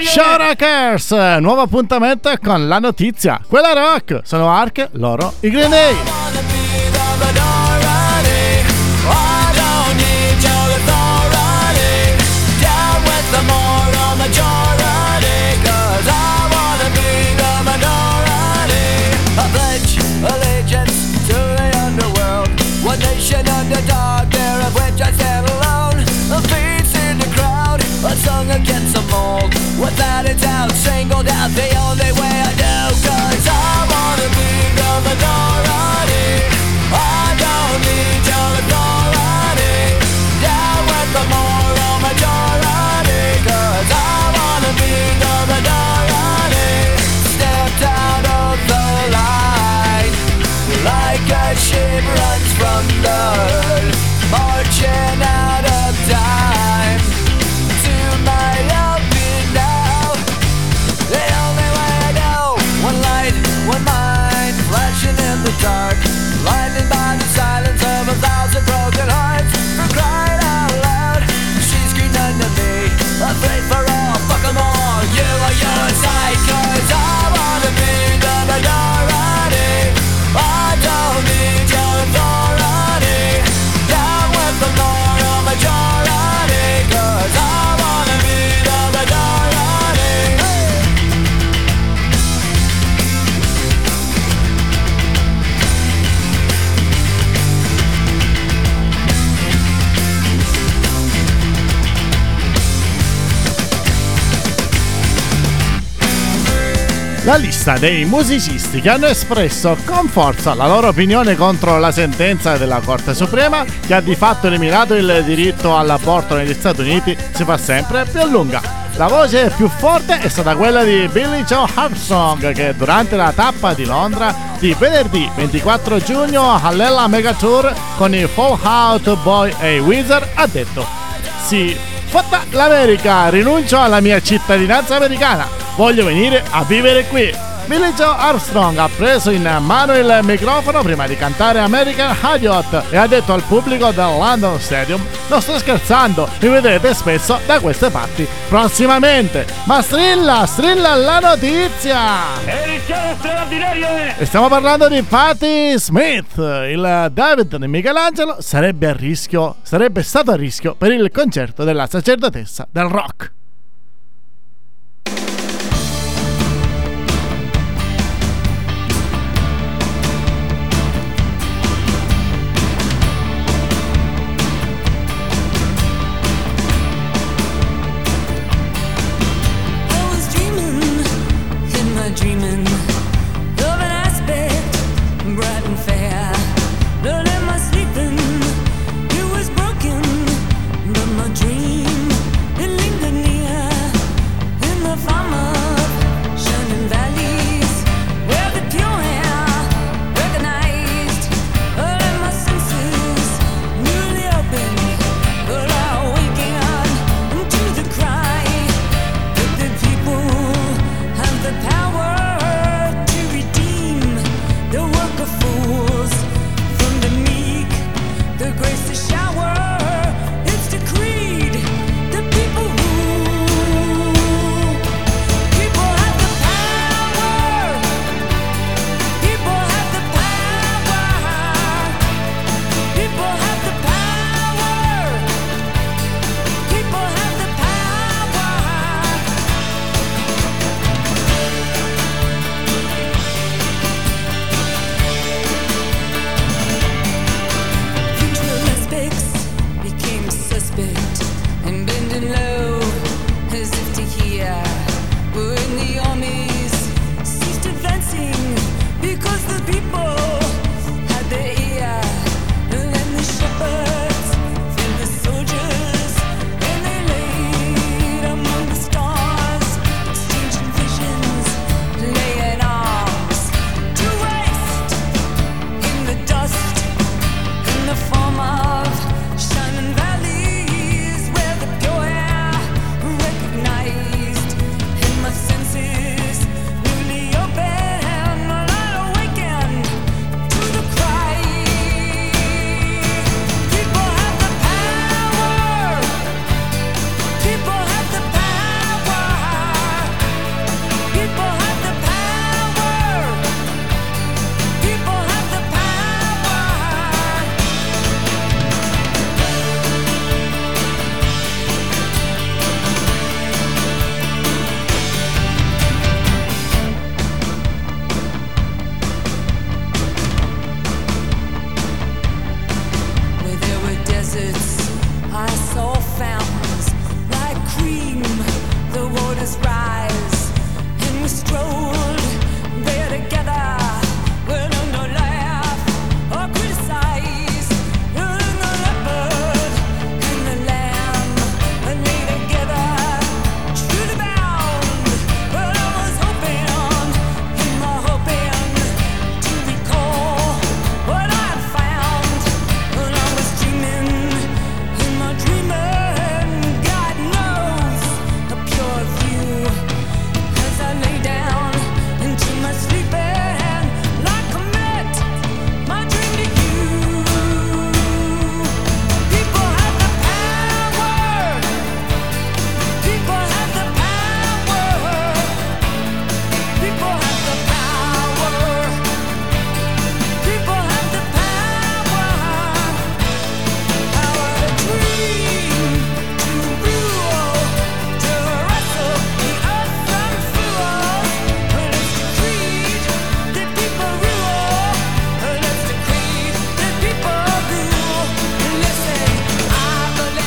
Shara Cares, nuovo appuntamento con la notizia. Quella rock, sono Ark, loro i Green Day. One nation underdog, there of which I stand alone. A beats in the crowd, a song against the mold. Without a doubt, singled out the only way I do. Cause I wanna be the minority. I don't need your authority. Down with the moral majority. Cause I wanna be the minority. Stepped out of the line, like a ship runs from the herd, marching out of time. To my helping now, the only way I know. One light, one mind, flashing in the dark, blinded by the silence of 1,000 broken hearts. For crying out loud, she screamed unto me, afraid for all, fuck 'em all. You are your side, cause I wanna be the minority. I don't need your authority. Down with the moral majority. Cause I wanna be the minority. La lista dei musicisti che hanno espresso con forza la loro opinione contro la sentenza della Corte Suprema che ha di fatto eliminato il diritto all'aborto negli Stati Uniti si fa sempre più lunga. La voce più forte è stata quella di Billie Joe Armstrong, che durante la tappa di Londra di venerdì 24 giugno all'Ella Mega Tour con i Fallout Boy e i Wizard ha detto: "Sì, fatta l'America, rinuncio alla mia cittadinanza americana, voglio venire a vivere qui." Billie Joe Armstrong ha preso in mano il microfono prima di cantare American Idiot e ha detto al pubblico del London Stadium: "Non sto scherzando, mi vedrete spesso da queste parti prossimamente." Ma strilla la notizia! Edizione straordinaria! E stiamo parlando di Patti Smith. Il David di Michelangelo sarebbe stato a rischio per il concerto della sacerdotessa del rock. Dream, it lingered near.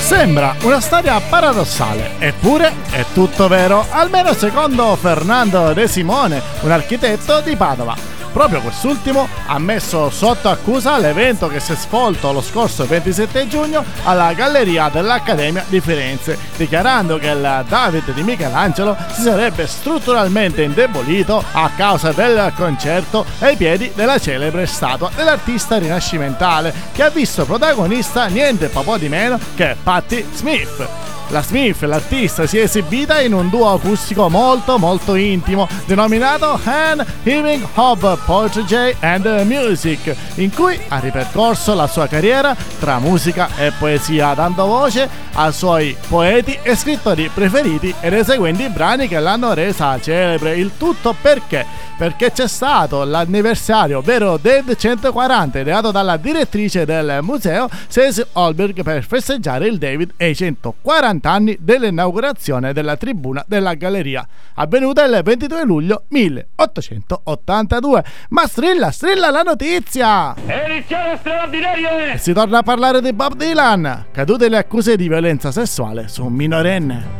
Sembra una storia paradossale, eppure è tutto vero, almeno secondo Fernando De Simone, un architetto di Padova. Proprio quest'ultimo ha messo sotto accusa l'evento che si è svolto lo scorso 27 giugno alla Galleria dell'Accademia di Firenze, dichiarando che il David di Michelangelo si sarebbe strutturalmente indebolito a causa del concerto ai piedi della celebre statua dell'artista rinascimentale, che ha visto protagonista niente po' di meno che Patti Smith. La Smith, l'artista, si è esibita in un duo acustico molto intimo denominato Hand Heaving of Poetry and Music, in cui ha ripercorso la sua carriera tra musica e poesia, dando voce ai suoi poeti e scrittori preferiti ed eseguendo i brani che l'hanno resa celebre. Il tutto perché c'è stato l'anniversario, ovvero Dead 140, ideato dalla direttrice del museo Cecil Holberg, per festeggiare il David e i 140 anni dell'inaugurazione della tribuna della galleria, avvenuta il 22 luglio 1882. Ma strilla la notizia! Edizione straordinaria! E si torna a parlare di Bob Dylan, cadute le accuse di violenza sessuale su un minorenne.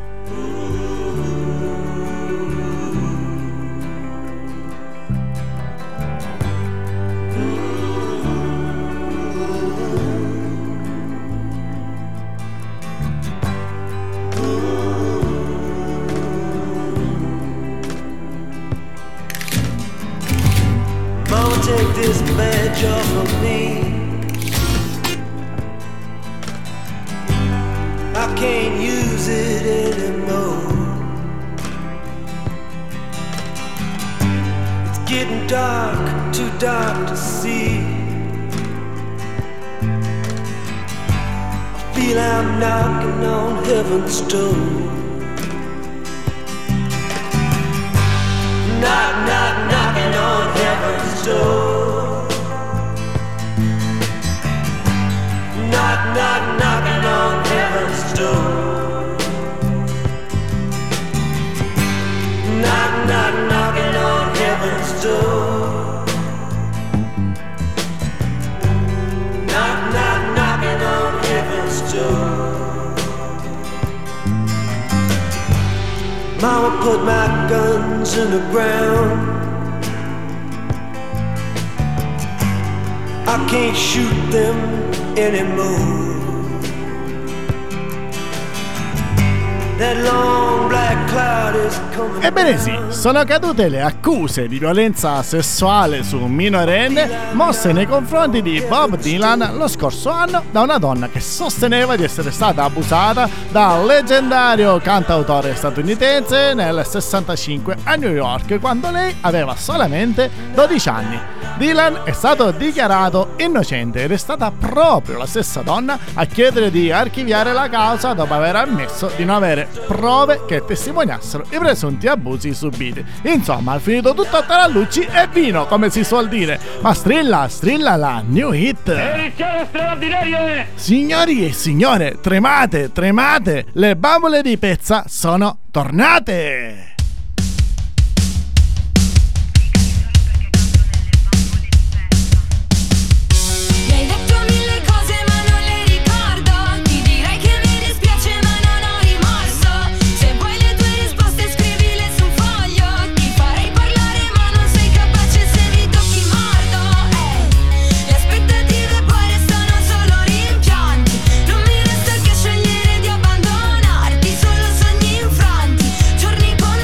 Take this badge off of me. I can't use it anymore. It's getting dark, too dark to see. I feel I'm knocking on heaven's door. Knock, knock, knocking on heaven's door. Knock, knock, knocking on heaven's door. Knock, knock, knocking on heaven's door. Knock, knock, knocking on heaven's door. Mama put my guns in the ground. I can't shoot them anymore. That long black cloud is coming. Ebbene sì, sono cadute le accuse di violenza sessuale su un minorenne mosse nei confronti di Bob Dylan lo scorso anno da una donna che sosteneva di essere stata abusata dal leggendario cantautore statunitense nel 65 a New York, quando lei aveva solamente 12 anni. Dylan è stato dichiarato innocente ed è stata proprio la stessa donna a chiedere di archiviare la causa dopo aver ammesso di non avere prove che testimoniassero i presunti abusi subiti. Insomma, ha finito tutto a tarallucci e vino, come si suol dire. Ma strilla la new hit. Edizione straordinaria! Signori e signore, tremate, le bambole di pezza sono tornate! Giorni come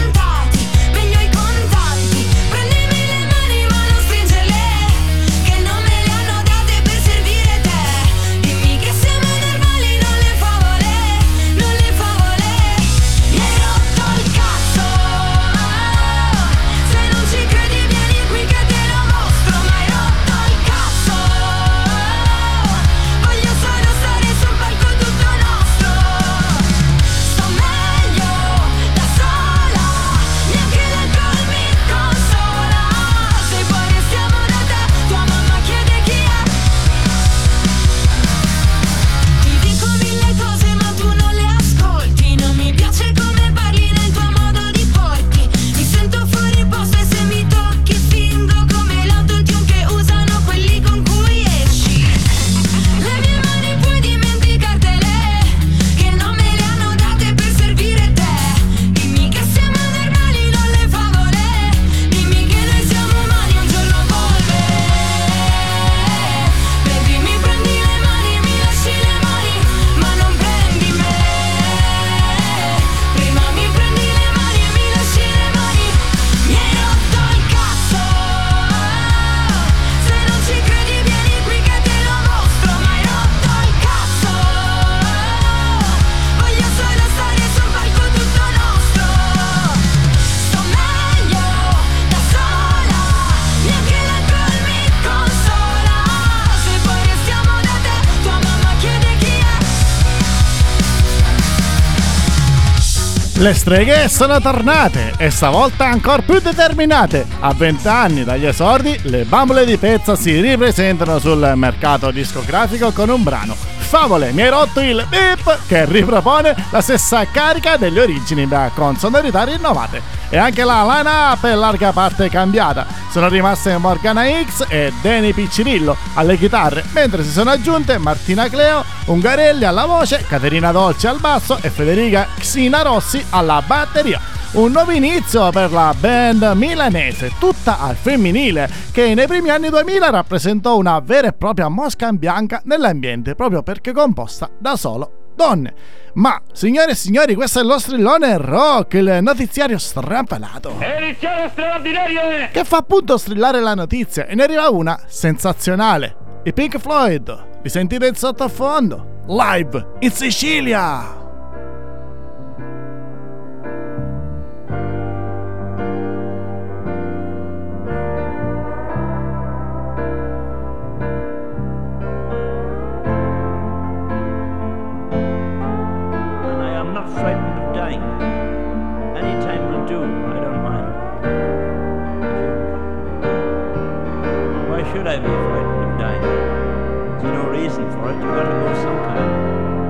Le streghe sono tornate e stavolta ancora più determinate. A 20 anni dagli esordi, le bambole di pezza si ripresentano sul mercato discografico con un brano, Favole, mi hai rotto il beep, che ripropone la stessa carica delle origini ma con sonorità rinnovate. E anche la line-up è in larga parte cambiata. Sono rimaste Morgana X e Danny Piccirillo alle chitarre, mentre si sono aggiunte Martina Cleo, Ungarelli alla voce, Caterina Dolci al basso e Federica Xina Rossi alla batteria. Un nuovo inizio per la band milanese, tutta al femminile, che nei primi anni 2000 rappresentò una vera e propria mosca in bianca nell'ambiente, proprio perché composta da solo donne. Ma, signore e signori, questo è lo strillone rock, il notiziario strampalato, Edizione straordinaria! che fa appunto strillare la notizia, e ne arriva una sensazionale. I Pink Floyd, li sentite in sottofondo, live in Sicilia! Frightened of dying. Any time will do, I don't mind. Why should I be frightened of dying? There's no reason for it, you've got to go sometime.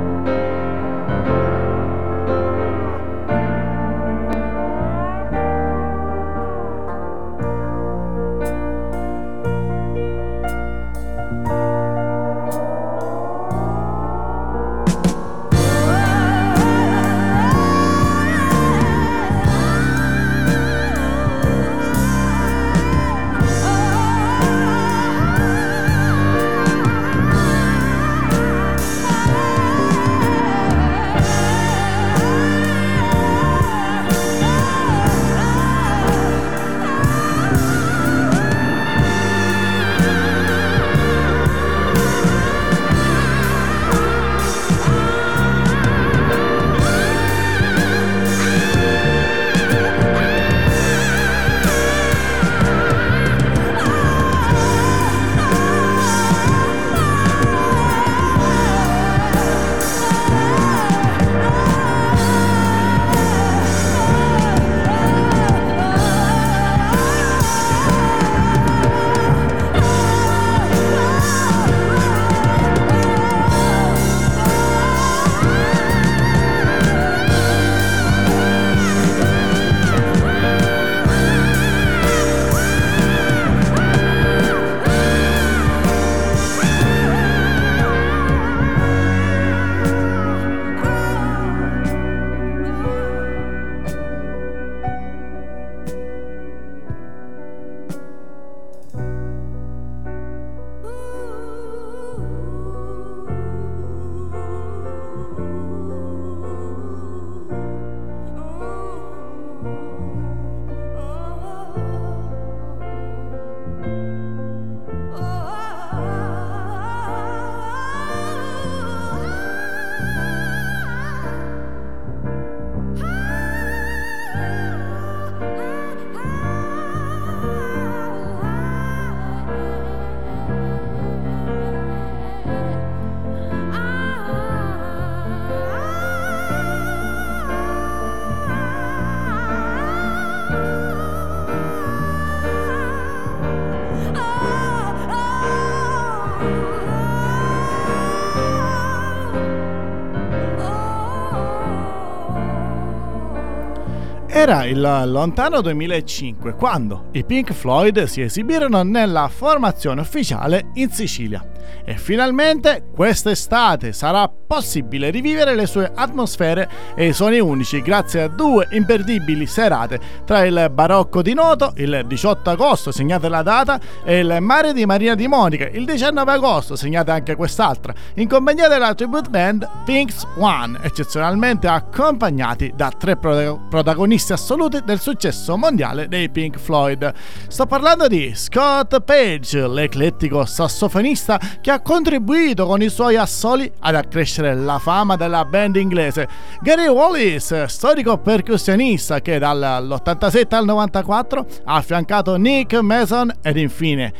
Era il lontano 2005 quando i Pink Floyd si esibirono nella formazione ufficiale in Sicilia. E finalmente quest'estate sarà possibile rivivere le sue atmosfere e i suoni unici grazie a due imperdibili serate tra il Barocco di Noto il 18 agosto, segnate la data, e il Mare di Marina di Monica il 19 agosto, segnate anche quest'altra, in compagnia della tribute band Pink's One, eccezionalmente accompagnati da tre protagonisti assoluti del successo mondiale dei Pink Floyd. Sto parlando di Scott Page, l'eclettico sassofonista che ha contribuito con i suoi assoli ad accrescere la fama della band inglese, Gary Wallace, storico percussionista che dall'87 al 94 ha affiancato Nick Mason, ed infine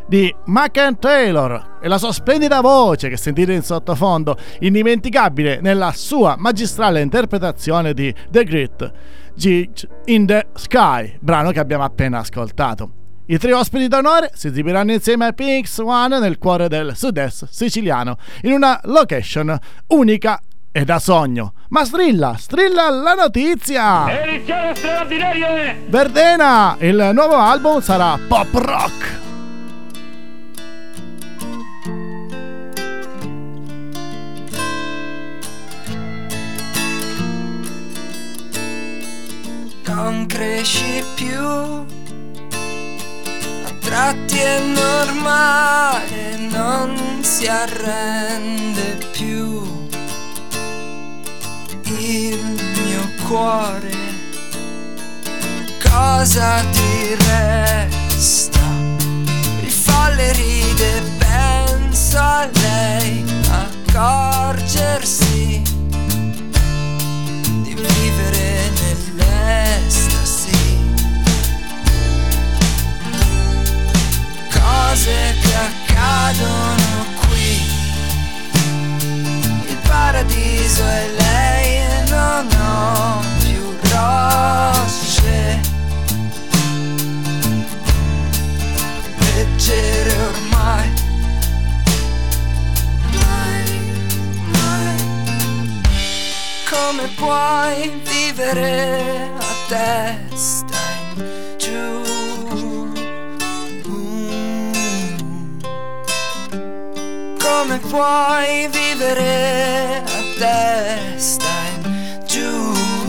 di Macken Taylor e la sua splendida voce che sentite in sottofondo, indimenticabile nella sua magistrale interpretazione di The Great Gig in the Sky, brano che abbiamo appena ascoltato. I tre ospiti d'onore si esibiranno insieme a Pink Swan nel cuore del sud-est siciliano, in una location unica e da sogno. Ma strilla la notizia! Edizione straordinaria! Verdena, il nuovo album sarà pop rock. Non cresci più, a tratti è normale, non si arrende più il mio cuore. Cosa ti resta? Il folle ride, penso a lei, accorgersi di vivere nell'estasi. Cose che accadono qui, il paradiso è lei e non ho più rosce. Leggere ormai, come puoi vivere a testa in giù? Come puoi vivere a testa in giù?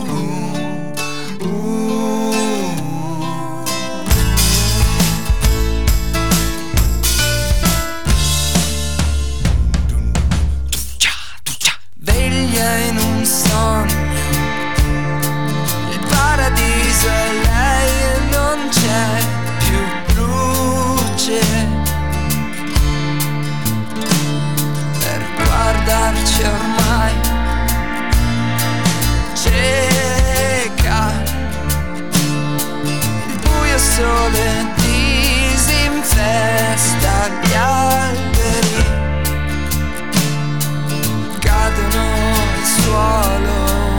Veglia in un sogno, il paradiso è lei e non c'è più luce per guardarci ormai, cieca, il buio sole disinfesta gli alberi, cadono al suolo.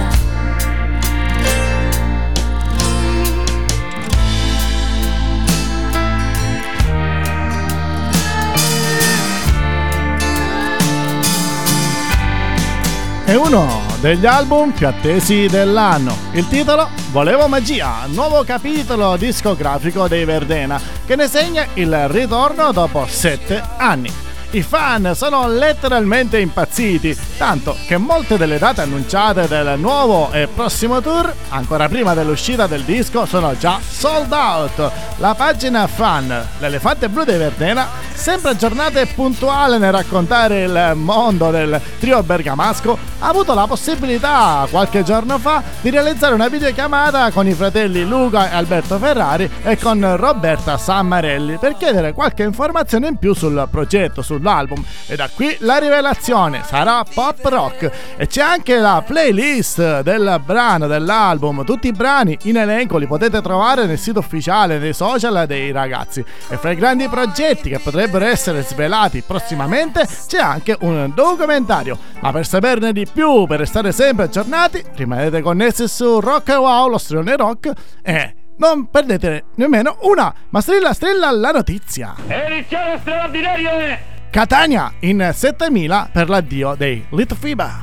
È uno degli album più attesi dell'anno. Il titolo? Volevo magia, nuovo capitolo discografico dei Verdena, che ne segna il ritorno dopo 7 anni. I fan sono letteralmente impazziti, tanto che molte delle date annunciate del nuovo e prossimo tour, ancora prima dell'uscita del disco, sono già sold out. La pagina fan, l'Elefante Blu dei Verdena, sempre aggiornata e puntuale nel raccontare il mondo del trio bergamasco, ha avuto la possibilità qualche giorno fa di realizzare una videochiamata con i fratelli Luca e Alberto Ferrari e con Roberta Sammarelli per chiedere qualche informazione in più sul progetto, sull'album. E da qui la rivelazione: sarà pop rock e c'è anche la playlist del brano dell'album. Tutti i brani in elenco li potete trovare nel sito ufficiale, nei social dei ragazzi. E fra i grandi progetti che potrebbero essere svelati prossimamente c'è anche un documentario. Ma per saperne di più, per restare sempre aggiornati, rimanete connessi su Rock e Wow, lo striscione rock, e non perdete nemmeno una. Ma strilla la notizia. Edizione straordinaria! Catania in 7000 per l'addio dei Litfiba.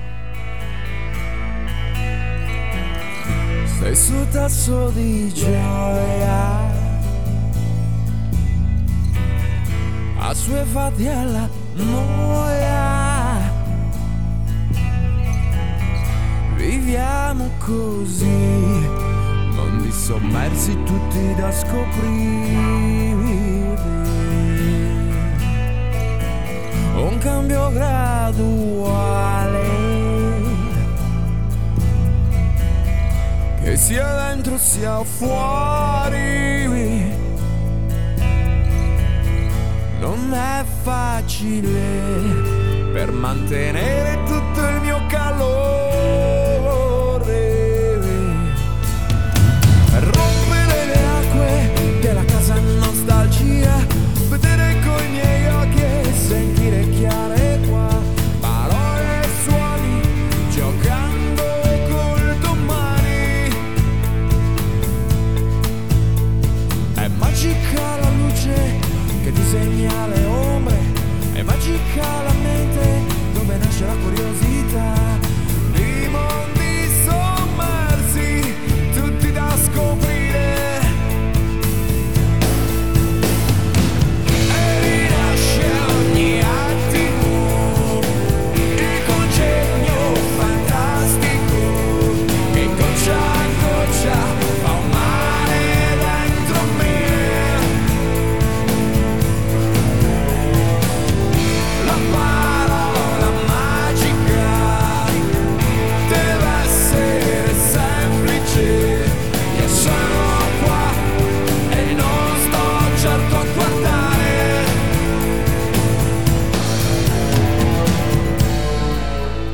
Stesso tasso di gioia, assuefatti alla noia, viviamo così, mondi sommersi tutti da scoprire, un cambio graduale, che sia dentro sia fuori, non è facile per mantenere tutto il mio calore, rompere le acque della casa nostalgia, vedere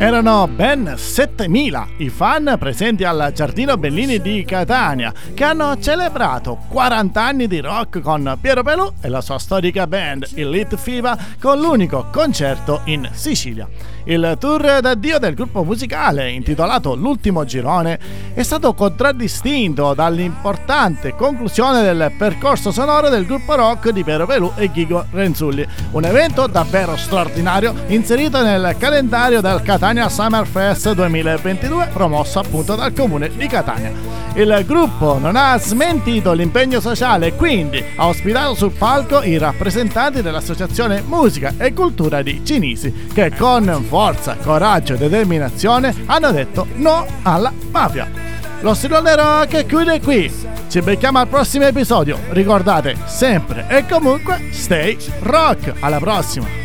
Erano ben 7.000 i fan presenti al Giardino Bellini di Catania, che hanno celebrato 40 anni di rock con Piero Pelù e la sua storica band Elite Fiva, con l'unico concerto in Sicilia. Il tour d'addio del gruppo musicale, intitolato L'ultimo girone, è stato contraddistinto dall'importante conclusione del percorso sonoro del gruppo rock di Piero Pelù e Ghigo Renzulli, un evento davvero straordinario inserito nel calendario del Catania Summer Fest 2022, promosso appunto dal comune di Catania. Il gruppo non ha smentito l'impegno sociale e quindi ha ospitato sul palco i rappresentanti dell'Associazione Musica e Cultura di Cinisi, che con forza, coraggio e determinazione hanno detto no alla mafia. Lo Stillone Rock chiude qui. Ci becchiamo al prossimo episodio. Ricordate sempre e comunque stay rock. Alla prossima.